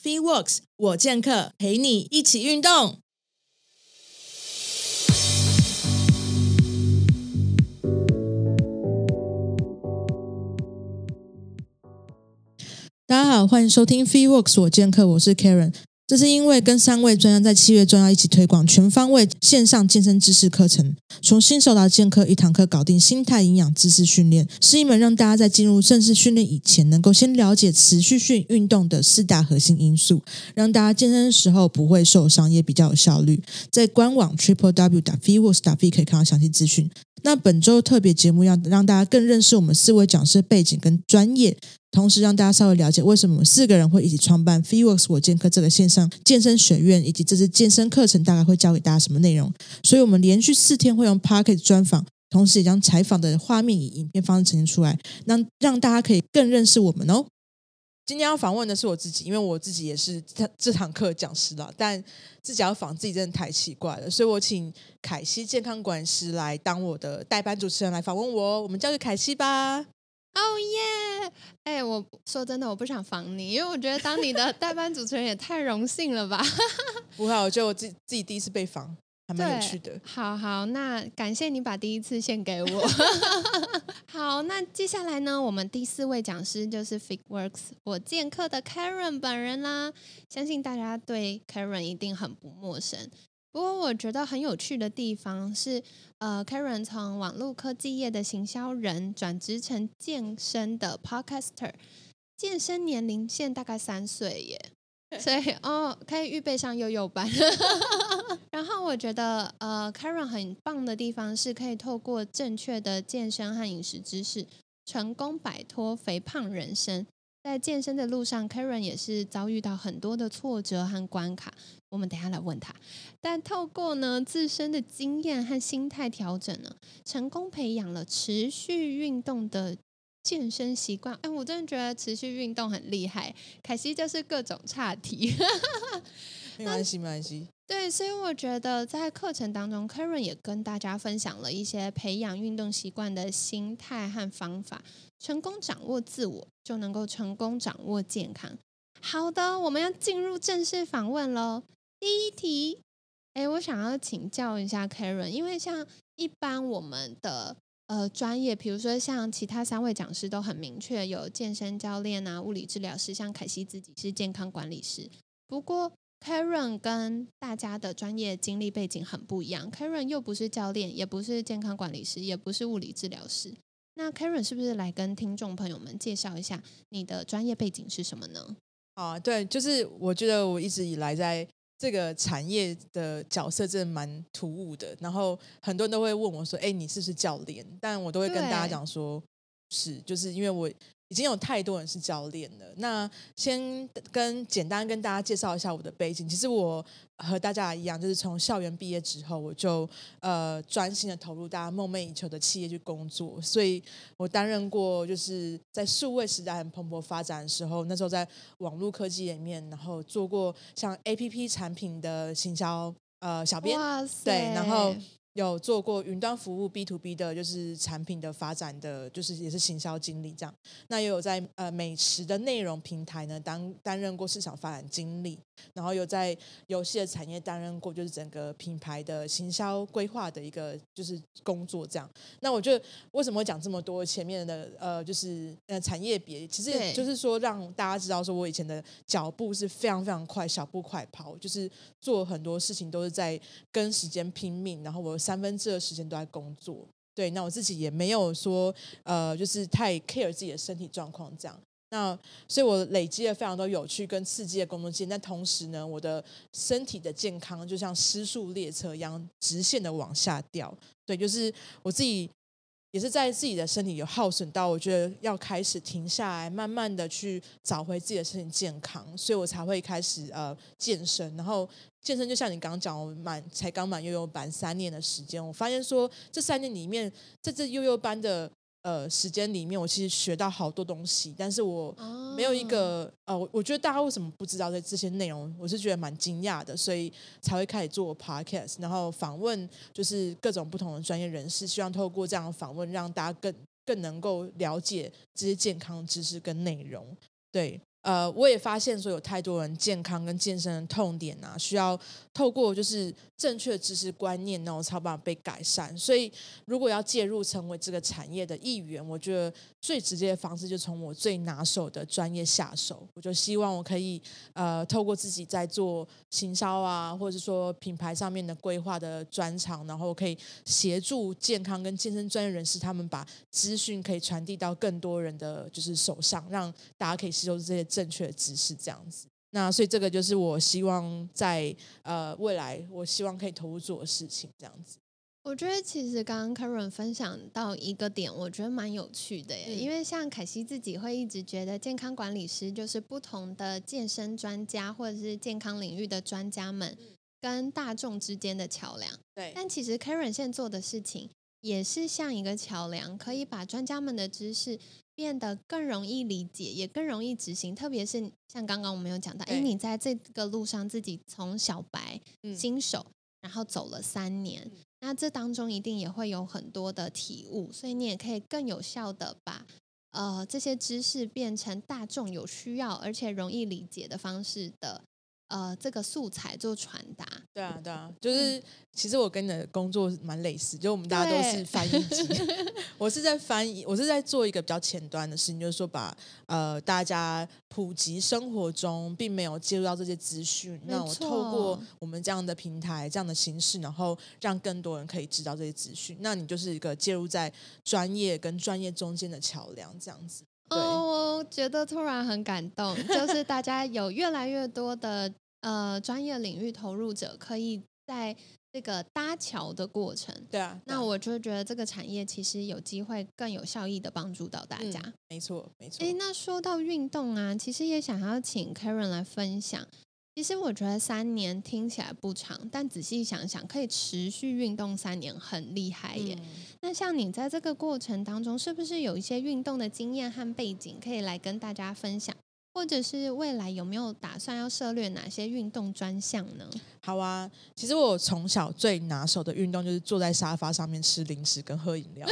FitWorks 我健客陪你一起运动。大家好，欢迎收听 FitWorks 我健客，我是 Karen。这是因为跟3位专家在7月中要一起推广全方位线上健身知识课程，从新手到健客，一堂课搞定心态、营养、知识训练，是一门让大家在进入正式训练以前，能够先了解持续性运动的4大核心因素，让大家健身的时候不会受伤，也比较有效率。在官网 www.fitworks.fit 可以看到详细资讯。那本周特别节目要让大家更认识我们4位讲师的背景跟专业，同时让大家稍微了解为什么我们4个人会一起创办 FitWorks 我健客这个线上健身学院，以及这次健身课程大概会教给大家什么内容。所以我们连续4天会用 Podcast 专访，同时也将采访的画面以影片方式呈现出来，让大家可以更认识我们哦。今天要访问的是我自己，因为我自己也是这堂课讲师啦，但自己要访自己真的太奇怪了，所以我请凯西健康管理师来当我的代班主持人来访问我，我们交给凯西吧。 哦耶！我说真的，我不想访你，因为我觉得当你的代班主持人也太荣幸了吧。 不会，我觉得我自己第一次被访还蛮有趣的。 好，那感谢你把第一次献给我。好，那接下来呢，我们第4位讲师就是 FitWorks 我健客的 Karen 本人啦。相信大家对 Karen 一定很不陌生。不过我觉得很有趣的地方是Karen 从网络科技业的行销人转职成健身的 podcaster， 健身年龄线大概3岁耶，所以可以预备上幼幼班。然后我觉得Karen 很棒的地方是可以透过正确的健身和饮食知识，成功摆脱肥胖人生。在健身的路上 Karen 也是遭遇到很多的挫折和关卡，我们等一下来问他。但透过呢自身的经验和心态调整呢，成功培养了持续运动的健身习惯。我真的觉得持续运动很厉害，凯西就是各种岔题。 没关系。 对，所以我觉得在课程当中 Karen 也跟大家分享了一些培养运动习惯的心态和方法，成功掌握自我就能够成功掌握健康。好的，我们要进入正式访问咯。第一题，我想要请教一下 Karen， 因为像一般我们的专业，比如说像其他3位讲师都很明确，有健身教练啊、物理治疗师，像凯西自己是健康管理师。不过Karen 跟大家的专业经历背景很不一样， Karen 又不是教练，也不是健康管理师，也不是物理治疗师。那 Karen 是不是来跟听众朋友们介绍一下你的专业背景是什么呢？ 对，就是我觉得我一直以来在这个产业的角色真的蛮突兀的，然后很多人都会问我说你是不是教练，但我都会跟大家讲说是，就是因为我已经有太多人是教练了。那先简单跟大家介绍一下我的背景。其实我和大家一样，就是从校园毕业之后，我就专心的投入大家梦寐以求的企业去工作。所以我担任过就是在数位时代很蓬勃发展的时候，那时候在网络科技里面，然后做过像 APP 产品的行销小编， 哇塞， 对，然后有做过云端服务 B2B 的，就是产品的发展的，就是也是行销经理这样。那也有在美食的内容平台呢担任过市场发展经理，然后有在游戏的产业担任过就是整个品牌的行销规划的一个就是工作这样。那我觉得为什么会讲这么多前面的就是产业别，其实也就是说让大家知道说我以前的脚步是非常非常快，小步快跑，就是做很多事情都是在跟时间拼命，然后我2/3的时间都在工作。对，那我自己也没有说就是太 care 自己的身体状况这样。那所以我累积了非常多有趣跟刺激的工作经验，但同时呢，我的身体的健康就像失速列车一样直线的往下掉。对，就是我自己也是在自己的身体有耗损到，我觉得要开始停下来，慢慢的去找回自己的身体健康，所以我才会开始健身。然后健身就像你刚刚讲，我才刚满幼幼班3年的时间，我发现说这3年里面，在这幼幼班的时间里面，我其实学到好多东西，但是我没有一个我觉得大家为什么不知道这些内容，我是觉得蛮惊讶的，所以才会开始做 podcast， 然后访问就是各种不同的专业人士，希望透过这样的访问让大家更能够了解这些健康知识跟内容。对， 我也发现说有太多人健康跟健身的痛点啊，需要透过就是正确的知识观念，然后才有办法被改善。所以如果要介入成为这个产业的一员，我觉得最直接的方式就从我最拿手的专业下手。我就希望我可以透过自己在做行销啊，或者说品牌上面的规划的专长，然后可以协助健康跟健身专业人士，他们把资讯可以传递到更多人的就是手上，让大家可以吸收这些正确的知识，这样子。那所以这个就是我希望在未来，我希望可以投入做的事情，这样子。 我觉得其实刚刚 Karen 分享到一个点，我觉得蛮有趣的耶，因为像凯西自己会一直觉得健康管理师就是不同的健身专家或者是健康领域的专家们跟大众之间的桥梁。 对， 但其实 Karen 现在做的事情也是像一个桥梁，可以把专家们的知识变得更容易理解，也更容易执行。特别是像刚刚我们有讲到，你在这个路上自己从小白、新手，然后走了3年。那这当中一定也会有很多的体悟，所以你也可以更有效的把这些知识变成大众有需要而且容易理解的方式的这个素材做传达。 对啊，对啊，就是其实我跟你的工作蛮类似，就我们大家都是翻译机。我是在翻译，我是在做一个比较前端的事情，就是说把大家普及生活中并没有接触到这些资讯，那我透过我们这样的平台、这样的形式，然后让更多人可以知道这些资讯。那你就是一个介入在专业跟专业中间的桥梁，这样子。 我觉得突然很感动，就是大家有越来越多的专业领域投入者，可以在这个搭桥的过程。 对啊， 那我就觉得这个产业其实有机会更有效益的帮助到大家。 没错，没错。 那说到运动啊，其实也想要请 Karen 来分享。其实我觉得3年听起来不长，但仔细想想，可以持续运动3年很厉害耶。那像你在这个过程当中，是不是有一些运动的经验和背景可以来跟大家分享？或者是未来有没有打算要涉猎哪些运动专项呢？ 好啊，其实我从小最拿手的运动就是坐在沙发上面吃零食跟喝饮料。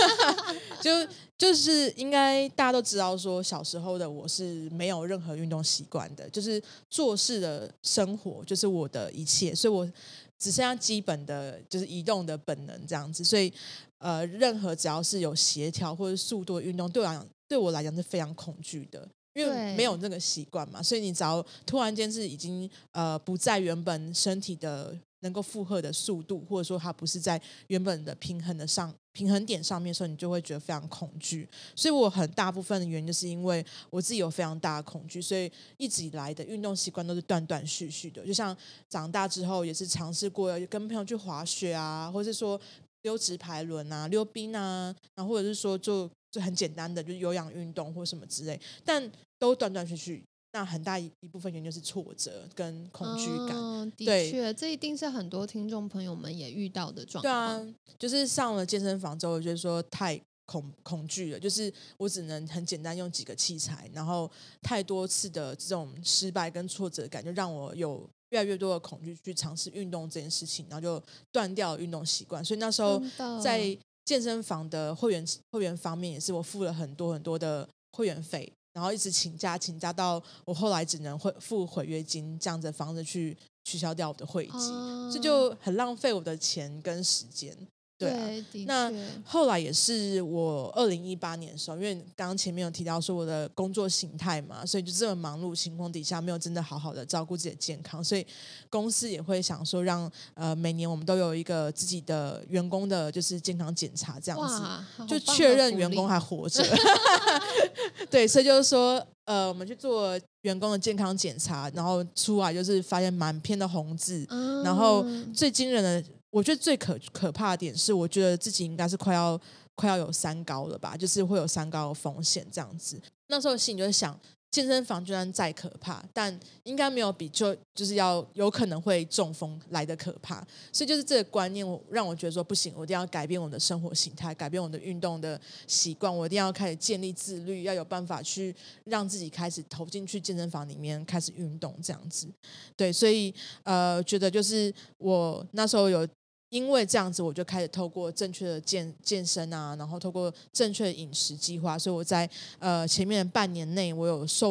就是应该大家都知道说，小时候的我是没有任何运动习惯的，就是做事的生活就是我的一切，所以我只剩下基本的就是移动的本能这样子。所以任何只要是有协调或者速度的运动，对我来讲是非常恐惧的。因为没有这个习惯嘛，所以你只要突然间是已经不在原本身体的能够负荷的速度，或者说它不是在原本的平衡点上面的时候，你就会觉得非常恐惧。所以我很大部分的原因就是因为我自己有非常大的恐惧，所以一直以来的运动习惯都是断断续续的。就像长大之后也是尝试过跟朋友去滑雪啊，或是说溜直排轮啊、溜冰啊，然后或者是说就很简单的就是有氧运动或什么之类，但都断断续续。那很大一部分原因就是挫折跟恐惧感。 的确，这一定是很多听众朋友们也遇到的状况。 对啊，就是上了健身房之后，我觉得说太恐惧了，就是我只能很简单用几个器材，然后太多次的这种失败跟挫折感，就让我有越来越多的恐惧去尝试运动这件事情，然后就断掉了运动习惯。所以那时候在健身房的会员方面，也是我付了很多很多的会员费，然后一直请假到我后来只能付毁约金这样子的方式去取消掉我的会籍，这就很浪费我的钱跟时间。对啊，那后来也是我2018年的时候，因为刚刚前面有提到说我的工作形态嘛，所以就这么忙碌情况底下，没有真的好好的照顾自己的健康，所以公司也会想说让每年我们都有一个自己的员工的就是健康检查这样子，就确认员工还活着。对，所以就是说我们去做员工的健康检查，然后出来就是发现满篇的红字，然后最惊人的。我觉得最可怕的点是，我觉得自己应该是快要有3高了吧，就是会有3高的风险这样子。那时候心里就在想，健身房就算再可怕，但应该没有比就是要有可能会中风来的可怕。所以就是这个观念，让我觉得说不行，我一定要改变我的生活形态，改变我的运动的习惯，我一定要开始建立自律，要有办法去让自己开始投进去健身房里面开始运动这样子。对，所以觉得就是我那时候有。因为这样子，我就开始透过正确的健身啊，然后透过正确的饮食计划，所以我在前面的半年内，我有瘦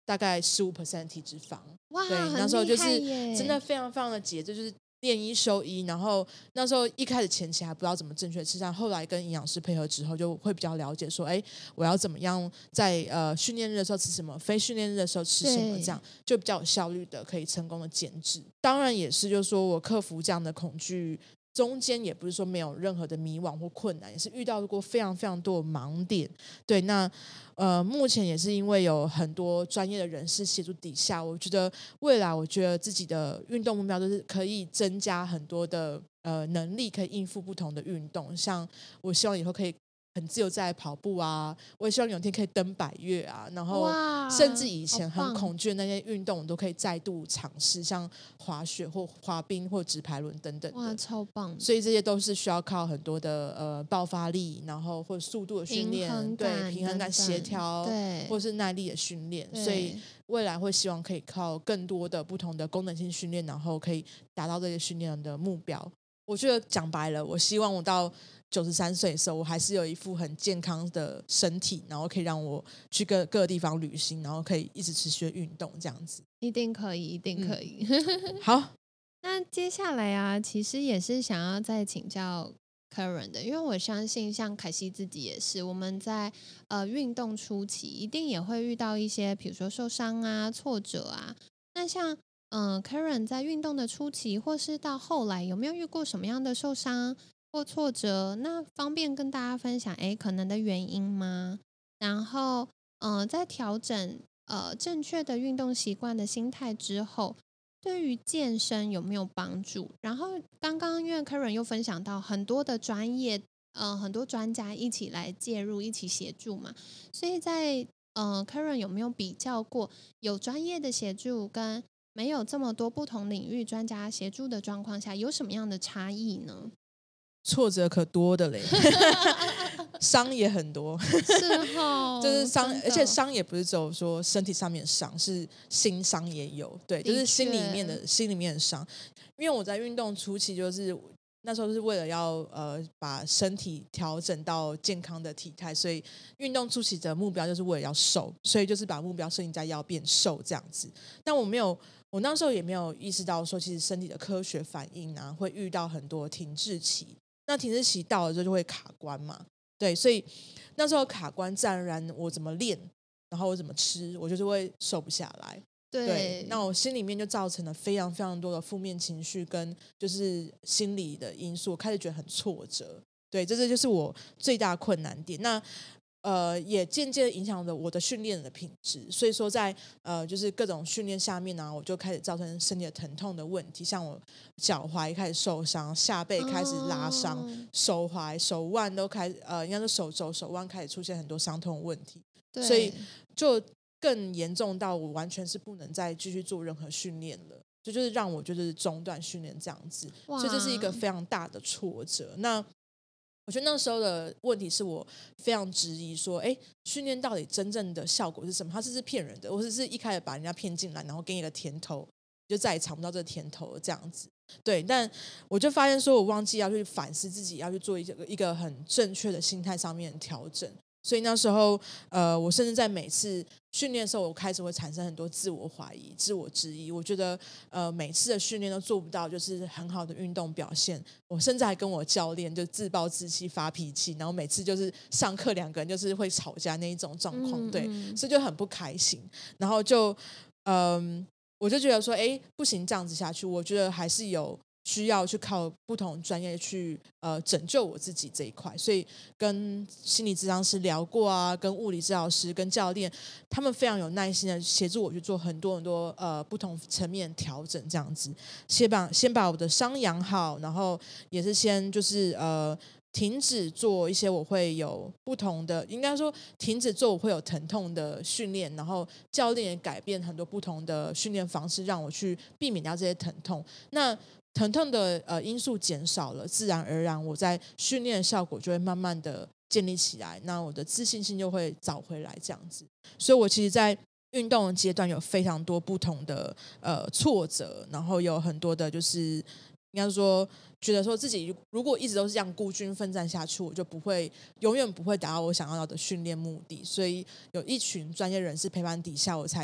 大概15%体脂肪。 哇， 对， 很那时候就厉害是耶真的非常非常的节制，就是练一休一。然后那时候一开始前期还不知道怎么正确吃，但后来跟营养师配合之后，就会比较了解说，哎，我要怎么样在训练日的时候吃什么，非训练日的时候吃什么， 对这样就比较有效率的可以成功的减脂。当然也是就是说我克服这样的恐惧。中间也不是说没有任何的迷惘或困难，也是遇到过非常非常多的盲点。对，那目前也是因为有很多专业的人士协助底下，我觉得未来我觉得自己的运动目标就是可以增加很多的能力，可以应付不同的运动。像我希望以后可以很自由在跑步啊，我也希望有一天可以登百岳啊，然后哇， 甚至以前好棒很恐惧的那些运动，我都可以再度尝试，像滑雪或滑冰或直排轮等等哇， 的。 超棒， 所以这些都是需要靠很多的爆发力，然后或者速度的训平练， 衡感对平衡感、 等协等调， 对或是耐力的训练。所以对， 未来会希望可以靠更多的不同的功能性训练，然后可以达到这些训练的目标。我觉得讲白了，我希望我到93岁的时候，我还是有一副很健康的身体，然后可以让我去各个地方旅行，然后可以一直持续的运动这样子。 一定可以，一定可以。 好， 那接下来啊，其实也是想要再请教 Karen 的，因为我相信像凯西自己也是，我们在运动初期一定也会遇到一些，比如说受伤啊、挫折啊。那像Karen 在运动的初期，或是到后来，有没有遇过什么样的受伤或挫折？那方便跟大家分享，可能的原因吗？然后在调整正确的运动习惯的心态之后。对于健身有没有帮助？然后刚刚因为 Karen 又分享到很多的专业，很多专家一起来介入，一起协助嘛，所以在Karen 有没有比较过有专业的协助跟没有这么多不同领域专家协助的状况下，有什么样的差异呢？ 挫折可多的嘞，伤也很多。 是哦， 就是伤， 真的而且伤也不是只有说身体上面的伤，是心伤也有，对，就是心里面的伤。因为我在运动初期，就是那时候是为了要把身体调整到健康的体态，所以运动初期的目标就是为了要瘦，所以就是把目标设定在要变瘦这样子。但我那时候也没有意识到说，其实身体的科学反应啊，会遇到很多停滞期。那停滞期到了之后就会卡关嘛，对，所以那时候卡关，自然而然我怎么练，然后我怎么吃，我就是会瘦不下来。对，那我心里面就造成了非常非常多的负面情绪跟就是心理的因素，我开始觉得很挫折。对，这就是我最大的困难点。那也间接影响了我的训练的品质。所以说在就是各种训练下面呢、我就开始造成身体的疼痛的问题，像我脚踝开始受伤，下背开始拉伤，手踝、手腕都开始应该是手肘、手腕开始出现很多伤痛的问题，所以就更严重到我完全是不能再继续做任何训练了。就是让我就是中断训练这样子，所以这是一个非常大的挫折。那我觉得那时候的问题是我非常质疑说，哎，训练到底真正的效果是什么？它是骗人的，或者是一开始把人家骗进来，然后给你个甜头，就再也尝不到这个甜头这样子。对，但我就发现说我忘记要去反思自己，要去做一个很正确的心态上面的调整。所以那时候，我甚至在每次训练的时候，我开始会产生很多自我怀疑、自我质疑。我觉得，每次的训练都做不到，就是很好的运动表现。我甚至还跟我教练就自暴自弃、发脾气，然后每次就是上课两个人就是会吵架那一种状况，对，所以就很不开心。然后就，我就觉得说，哎，不行，这样子下去，我觉得还是有需要去靠不同专业去拯救我自己这一块，所以跟心理咨商师聊过啊，跟物理治疗师、跟教练，他们非常有耐心的协助我去做很多很多不同层面调整，这样子，先把我的伤养好，然后也是先就是停止做一些我会有不同的，应该说停止做我会有疼痛的训练，然后教练也改变很多不同的训练方式，让我去避免掉这些疼痛。那疼痛的因素减少了，自然而然我在训练的效果就会慢慢的建立起来，那我的自信心就会找回来这样子。所以我其实在运动的阶段有非常多不同的挫折，然后有很多的就是应该说觉得说自己如果一直都是这样孤军奋战下去，我就永远不会达到我想要的训练目的。所以有一群专业人士陪伴底下，我才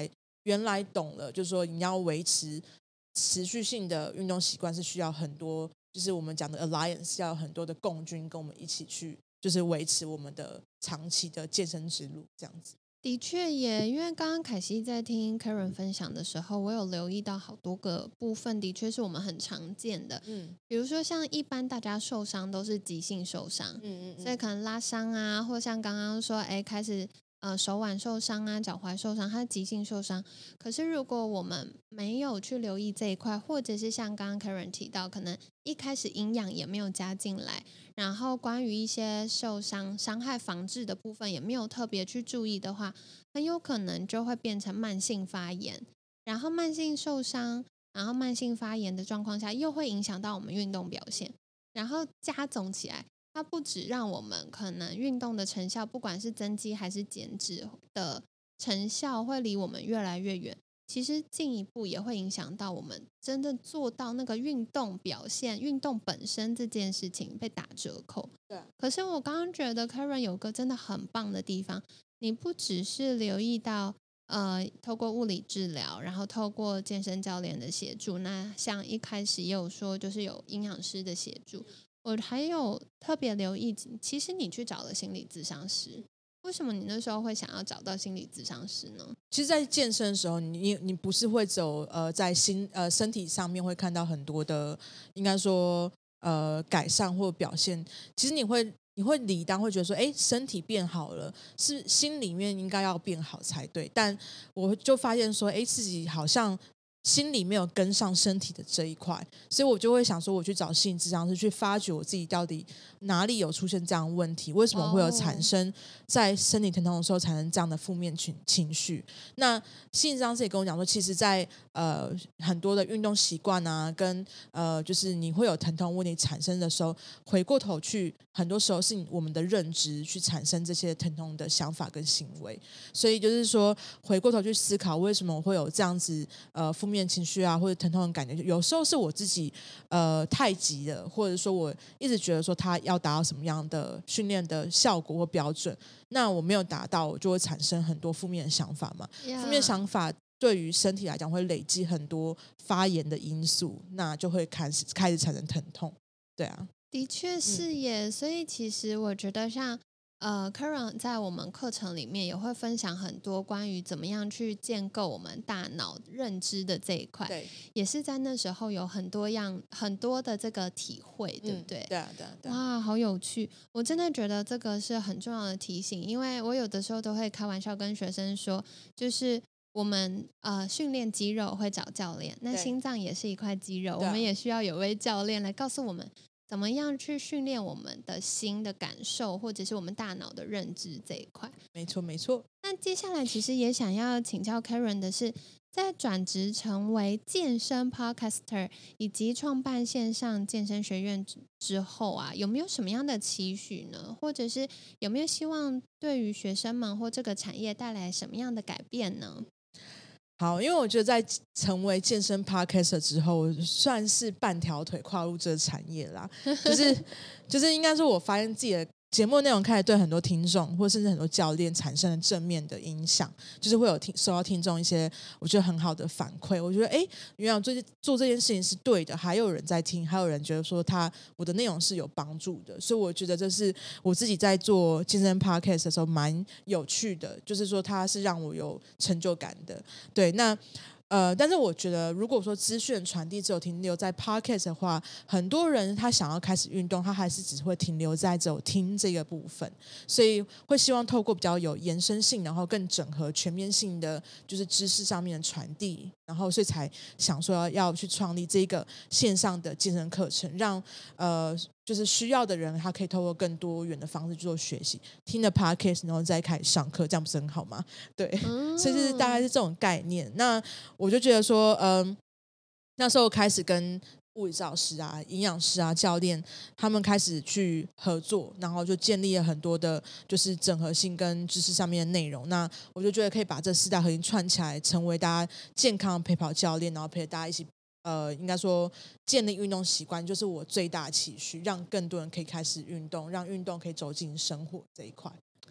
原来懂了，就是说你要维持持续性的运动习惯是需要很多，就是我们讲的 alliance， 要有很多的共军跟我们一起去，就是维持我们的长期的健身之路这样子。 的确耶，因为刚刚凯西在听 Karen 分享的时候，我有留意到好多个部分，的确是我们很常见的。比如说像一般大家受伤都是急性受伤，所以可能拉伤啊，或像刚刚说，开始手腕受伤啊，脚踝受伤，它是急性受伤。可是如果我们没有去留意这一块，或者是像刚刚 Karen 提到，可能一开始营养也没有加进来，然后关于一些受伤伤害防治的部分也没有特别去注意的话，很有可能就会变成慢性发炎，然后慢性受伤，然后慢性发炎的状况下，又会影响到我们运动表现，然后加总起来，它不只让我们可能运动的成效，不管是增肌还是减脂的成效会离我们越来越远，其实进一步也会影响到我们真正做到那个运动表现、运动本身这件事情被打折扣。 对。 可是我刚刚觉得 Karen 有个真的很棒的地方，你不只是留意到透过物理治疗，然后透过健身教练的协助，那像一开始也有说就是有营养师的协助，我还有特别留意，其实你去找了心理咨商师，为什么你那时候会想要找到心理咨商师呢？ 其实，在健身的时候，你不是会走在身体上面会看到很多的，应该说改善或表现。其实你会理当会觉得说，哎，身体变好了，是心里面应该要变好才对。但我就发现说，哎，自己好像心里没有跟上身体的这一块，所以我就会想说，我去找心理咨商师去发掘我自己到底哪里有出现这样的问题，为什么会有产生在身体疼痛的时候产生这样的负面情绪。那心理咨商师也跟我讲说，其实在很多的运动习惯啊，跟就是你会有疼痛问题产生的时候，回过头去，很多时候是我们的认知去产生这些疼痛的想法跟行为。所以就是说，回过头去思考，为什么我会有这样子负面情绪啊，或者疼痛的感觉，有时候是我自己太急了，或者说我一直觉得说他要达到什么样的训练的效果或标准，那我没有达到，我就会产生很多负面的想法嘛。负面想法对于身体来讲会累积很多发炎的因素，那就会开始产生疼痛。对啊， 的确是耶，所以其实我觉得像Karen 在我们课程里面也会分享很多关于怎么样去建构我们大脑认知的这一块， 对， 也是在那时候有很多的这个体会，对不对？ 对啊，对啊，对啊。 哇，好有趣！我真的觉得这个是很重要的提醒，因为我有的时候都会开玩笑跟学生说，就是我们训练肌肉会找教练，那心脏也是一块肌肉，我们也需要有位教练来告诉我们怎么样去训练我们的心的感受，或者是我们大脑的认知这一块。 没错，没错。 那接下来其实也想要请教 Karen 的是，在转职成为健身 Podcaster 以及创办线上健身学院之后啊，有没有什么样的期许呢？或者是有没有希望对于学生们或这个产业带来什么样的改变呢？ 好，因为我觉得在成为健身 podcaster 之后，我算是半条腿跨入这个产业啦。就是应该说，我发现自己的节目内容开始对很多听众，或甚至很多教练产生了正面的影响，就是会有收到听众一些我觉得很好的反馈。我觉得，哎，原来做这件事情是对的，还有人在听，还有人觉得说我的内容是有帮助的，所以我觉得这是我自己在做健身 podcast 的时候蛮有趣的，就是说它是让我有成就感的。对，那但是我觉得，如果说资讯传递只有停留在 podcast 的话，很多人他想要开始运动，他还是只会停留在只有听这个部分，所以会希望透过比较有延伸性，然后更整合、全面性的，就是知识上面的传递，然后所以才想说要去创立这个线上的健身课程，让就是需要的人，他可以透过更多元的方式去做学习，听了 podcast 然后再开始上课，这样不是很好吗？对，所以是大概是这种概念。那我就觉得说，那时候开始跟物理治疗师啊、营养师啊、教练他们开始去合作，然后就建立了很多的，就是整合性跟知识上面的内容。那我就觉得可以把这四大核心串起来，成为大家健康的陪跑教练，然后陪着大家一起。应该说建立运动习惯，就是我最大的期许，让更多人可以开始运动，让运动可以走进生活这一块。对，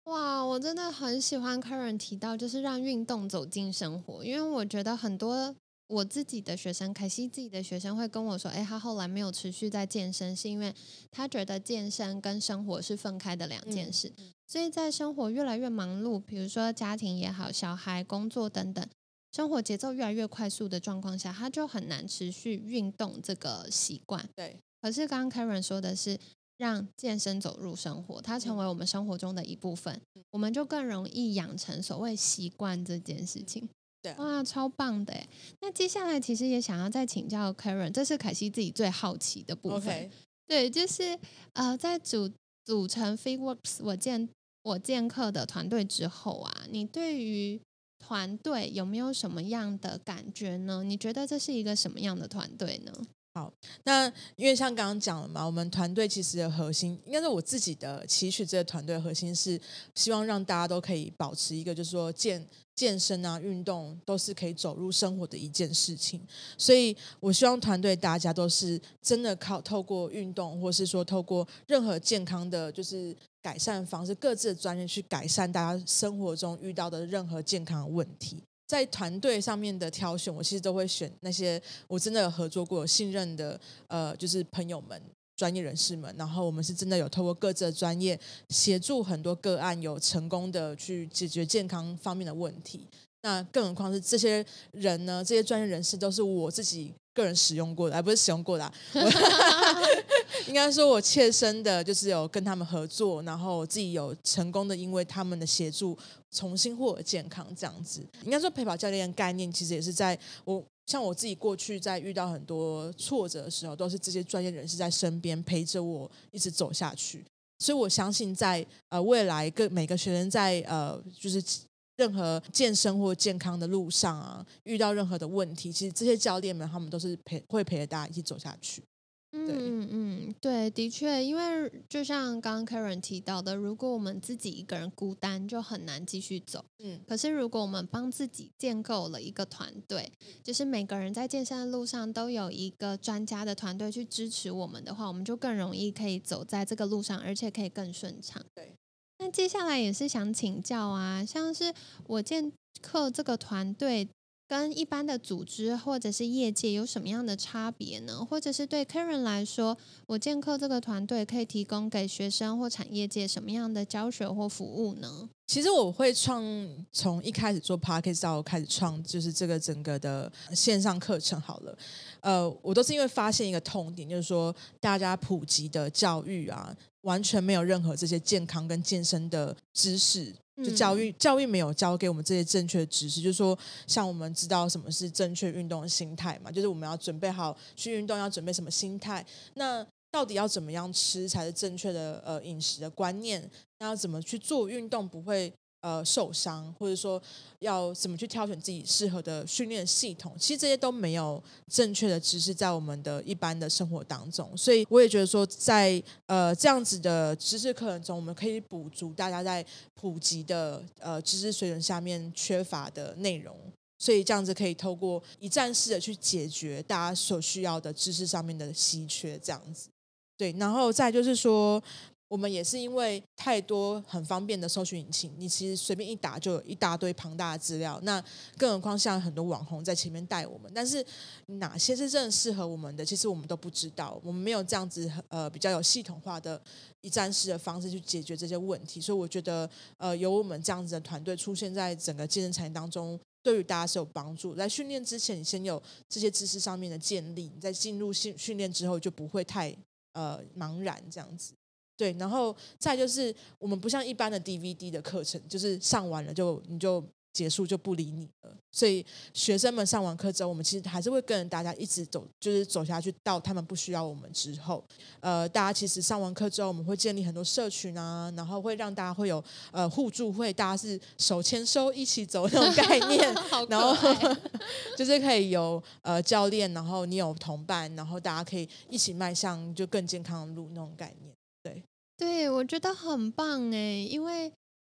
哇，我真的很喜欢 Karen 提到就是让运动走进生活，因为我觉得很多我自己的学生，凯西自己的学生会跟我说，他后来没有持续在健身，是因为他觉得健身跟生活是分开的两件事，所以在生活越来越忙碌，比如说家庭也好，小孩、工作等等，生活节奏越来越快速的状况下，他就很难持续运动这个习惯。 对， 可是刚刚 Karen 说的是让健身走入生活，它成为我们生活中的一部分，我们就更容易养成所谓习惯这件事情。 对啊， 哇，超棒的耶！那接下来其实也想要再请教 Karen，这是凯西自己最好奇的部分。 OK， 对，就是在组成 FitWorks 我健课的团队之后啊，你对于团队有没有什么样的感觉呢？你觉得这是一个什么样的团队呢？ 好，那因为像刚刚讲了嘛，我们团队其实的核心，应该是我自己的期许，这个团队的核心是希望让大家都可以保持一个，就是说健身啊、运动都是可以走入生活的一件事情。所以我希望团队大家都是真的透过运动，或是说透过任何健康的，就是改善方式，各自的专业去改善大家生活中遇到的任何健康的问题。在团队上面的挑选，我其实都会选那些我真的有合作过、有信任的就是朋友们、专业人士们。然后我们是真的有透过各自的专业协助很多个案，有成功的去解决健康方面的问题。那更何况是这些人呢？这些专业人士都是我自己个人使用过的，而不是使用过的应该说我切身的，就是有跟他们合作，然后我自己有成功的因为他们的协助重新获得健康这样子。应该说陪跑教练的概念其实也是在像我自己过去在遇到很多挫折的时候，都是这些专业人士在身边陪着我一直走下去。所以我相信在未来每个学生在就是任何健身或健康的路上啊，遇到任何的问题，其实这些教练们他们都是会陪着大家一起走下去。 对，的确，因为就像刚刚 Karen 提到的，如果我们自己一个人孤单，就很难继续走。可是如果我们帮自己建构了一个团队，就是每个人在健身的路上都有一个专家的团队去支持我们的话，我们就更容易可以走在这个路上，而且可以更顺畅。 对。 那接下来也是想请教啊，像是我健课这个团队跟一般的组织或者是业界有什么样的差别呢？或者是对 Karen 来说，我健课这个团队可以提供给学生或产业界什么样的教学或服务呢？ 其实我会从一开始做 Podcast 到开始创，就是这个整个的线上课程好了。我都是因为发现一个痛点，就是说大家普及的教育啊，完全没有任何这些健康跟健身的知识。就教育没有教给我们这些正确的知识，就是说，像我们知道什么是正确运动的心态嘛，就是我们要准备好去运动，要准备什么心态。那到底要怎么样吃才是正确的饮食的观念？那要怎么去做运动不会受伤，或者说要怎么去挑选自己适合的训练系统？其实这些都没有正确的知识在我们的一般的生活当中，所以我也觉得说在这样子的知识课程中，我们可以补足大家在普及的知识水准下面缺乏的内容。所以这样子可以透过一站式的去解决大家所需要的知识上面的稀缺，这样子。对，然后再就是说，我们也是因为太多很方便的搜寻引擎，你其实随便一打就有一大堆庞大的资料。那更何况像很多网红在前面带我们，但是哪些是真的适合我们的，其实我们都不知道。我们没有这样子比较有系统化的一站式的方式去解决这些问题。所以我觉得有我们这样子的团队出现在整个健身产业当中，对于大家是有帮助。在训练之前，你先有这些知识上面的建立，你在进入训练之后就不会太茫然这样子。对，然后再就是我们不像一般的 DVD 的课程，就是上完了你就结束就不理你了。所以学生们上完课之后，我们其实还是会跟着大家一直走，就是走下去到他们不需要我们之后。大家其实上完课之后，我们会建立很多社群啊，然后会让大家会有互助会，大家是手牵手一起走那种概念然后就是可以有教练，然后你有同伴，然后大家可以一起迈向就更健康的路那种概念。对， 对，我觉得很棒哎，因为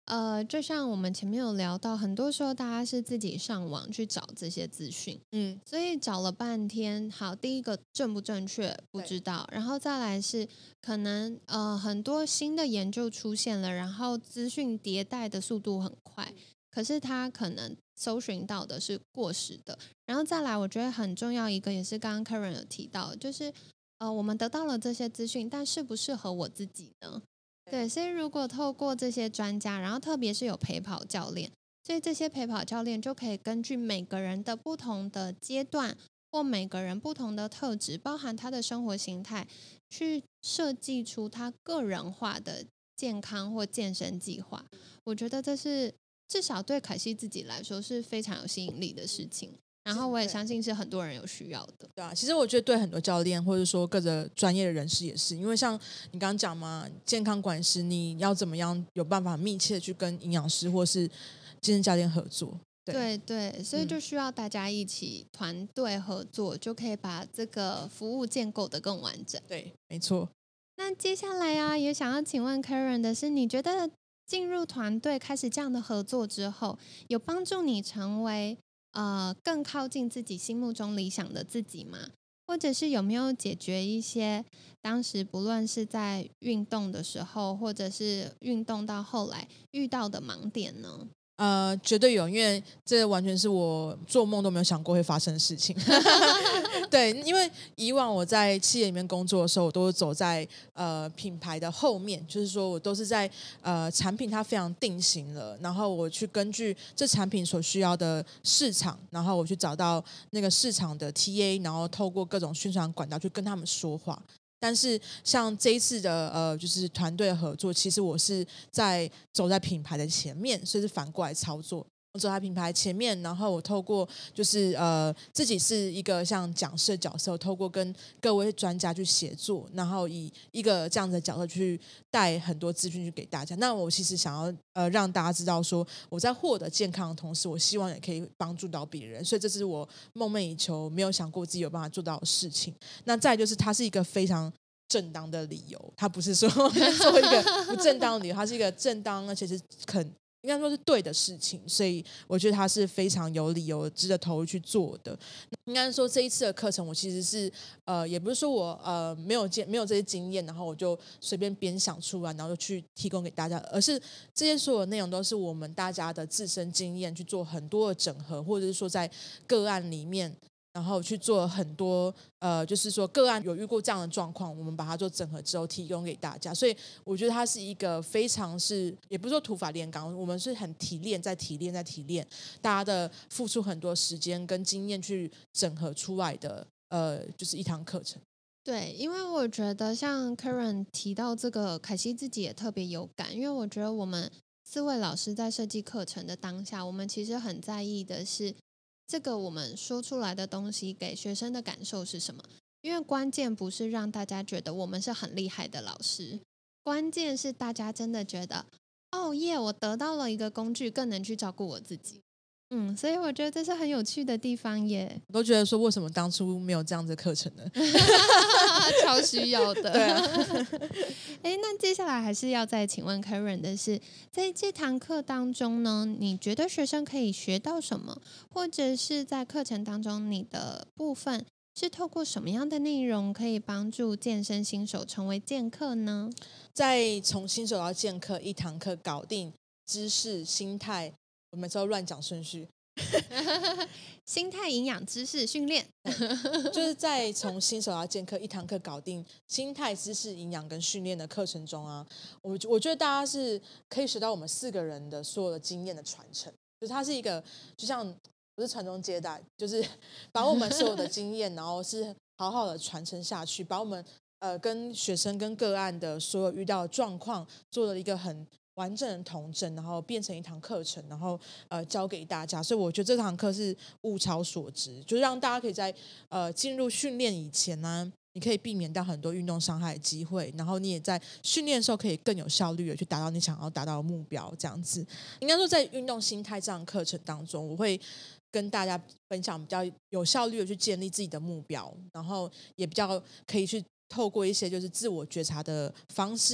就像我们前面有聊到，很多时候大家是自己上网去找这些资讯，所以找了半天，好，第一个正不正确不知道，然后再来是可能很多新的研究出现了，然后资讯迭代的速度很快，可是它可能搜寻到的是过时的，然后再来我觉得很重要一个也是刚刚 Karen 有提到，就是我们得到了这些资讯，但适不适合我自己呢？对，所以如果透过这些专家，然后特别是有陪跑教练，所以这些陪跑教练就可以根据每个人的不同的阶段或每个人不同的特质，包含他的生活形态，去设计出他个人化的健康或健身计划。我觉得这是至少对凯西自己来说是非常有吸引力的事情。然后我也相信是很多人有需要的。 对啊，其实我觉得对很多教练或者说各个专业的人士也是，因为像你刚刚讲嘛，健康管师你要怎么样有办法密切的去跟营养师或是健身教练合作。 对对，所以就需要大家一起团队合作，就可以把这个服务建构得更完整。 对，没错。 那接下来啊，也想要请问 Karen 的是，你觉得进入团队开始这样的合作之后，有帮助你成为更靠近自己心目中理想的自己吗？或者是有没有解决一些当时不论是在运动的时候，或者是运动到后来遇到的盲点呢？ 绝对有，因为这完全是我做梦都没有想过会发生的事情。对，因为以往我在企业里面工作的时候，我都是走在品牌的后面，就是说我都是在产品它非常定型了，然后我去根据这产品所需要的市场，然后我去找到那个市场的 TA， 然后透过各种宣传管道去跟他们说话。但是像这一次的就是团队合作，其实我是走在品牌的前面，所以是反过来操作。我走在品牌前面，然后我透过就是自己是一个像讲师的角色，透过跟各位专家去协作，然后以一个这样的角色去带很多资讯去给大家。那我其实想要让大家知道说，我在获得健康的同时，我希望也可以帮助到别人，所以这是我梦寐以求，没有想过自己有办法做到的事情。那再来就是它是一个非常正当的理由，它不是说做一个不正当的理由，它是一个正当而且是应该说是对的事情，所以我觉得它是非常有理由值得投入去做的。应该说这一次的课程，我其实是也不是说我没有这些经验，然后我就随便编想出来，然后就去提供给大家，而是这些所有内容都是我们大家的自身经验去做很多的整合，或者是说在个案里面。然后去做很多就是说个案有遇过这样的状况，我们把它做整合之后提供给大家。所以我觉得它是一个非常也不是说土法炼钢，我们是很提炼，大家的付出很多时间跟经验去整合出来的就是一堂课程。 对，因为我觉得像 Karen 提到这个，凯西自己也特别有感，因为我觉得我们4位老师在设计课程的当下，我们其实很在意的是这个我们说出来的东西给学生的感受是什么？因为关键不是让大家觉得我们是很厉害的老师，关键是大家真的觉得，哦耶，我得到了一个工具，更能去照顾我自己。所以我觉得这是很有趣的地方耶。 我都觉得说，为什么当初没有这样子的课程呢？ 超需要的。 对啊。 那接下来还是要再请问 Karen 的是，在这堂课当中呢，你觉得学生可以学到什么？或者是在课程当中，你的部分是透过什么样的内容可以帮助健身新手成为健客呢？ 在从新手到健客一堂课搞定知识、心态，我每次都乱讲顺序。 心态、营养、知识、训练， 就是在从新手到健客一堂课搞定心态、知识、营养跟训练的课程中啊，我觉得大家是可以学到我们4个人的所有的经验的传承，就是它是一个就像不是传宗接代，就是把我们所有的经验，然后是好好的传承下去，把我们跟学生跟个案的所有遇到的状况做了一个很完整的统整，然后变成一堂课程，然后教给大家。所以我觉得这堂课是物超所值，就是让大家可以在进入训练以前呢，你可以避免掉很多运动伤害的机会，然后你也在训练的时候可以更有效率的去达到你想要达到的目标。这样子，应该说在运动心态这样的课程当中，我会跟大家分享比较有效率的去建立自己的目标，然后也比较可以去透过一些就是自我觉察的方式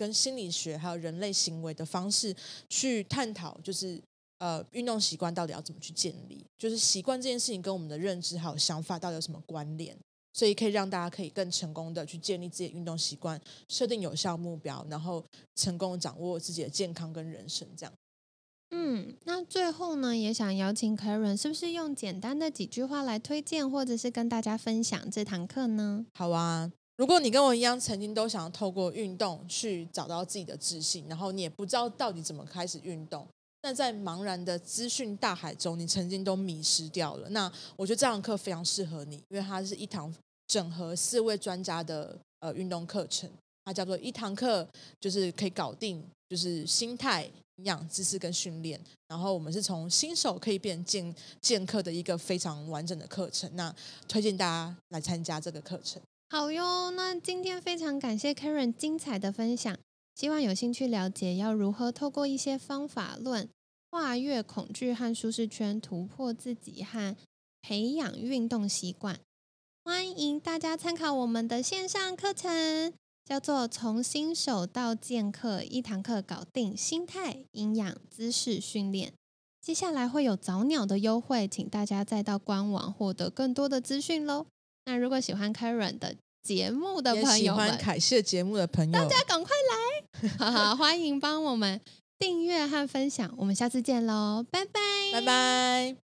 跟心理学还有人类行为的方式去探讨，就是运动习惯到底要怎么去建立，就是习惯这件事情跟我们的认知还有想法到底有什么关联，所以可以让大家可以更成功的去建立自己的运动习惯，设定有效目标，然后成功地掌握自己的健康跟人生这样。 那最后呢，也想邀请 Karen， 是不是用简单的几句话来推荐，或者是跟大家分享这堂课呢？ 好啊，如果你跟我一样，曾经都想要透过运动去找到自己的自信，然后你也不知道到底怎么开始运动，那在茫然的资讯大海中，你曾经都迷失掉了。那我觉得这堂课非常适合你，因为它是一堂整合4位专家的运动课程，它叫做一堂课就是可以搞定，就是心态、营养、知识跟训练。然后我们是从新手可以变健课的一个非常完整的课程，那推荐大家来参加这个课程。 好哟，那今天非常感谢 Karen 精彩的分享，希望有兴趣了解要如何透过一些方法论跨越恐惧和舒适圈，突破自己和培养运动习惯。欢迎大家参考我们的线上课程，叫做从新手到健课，一堂课搞定心态、营养、姿势训练。接下来会有早鸟的优惠，请大家再到官网获得更多的资讯咯。那如果喜欢 Karen 的节目的朋友们， 也喜欢凯西的节目的朋友， 大家赶快来欢迎帮我们订阅和分享，我们下次见咯，拜拜， 拜拜。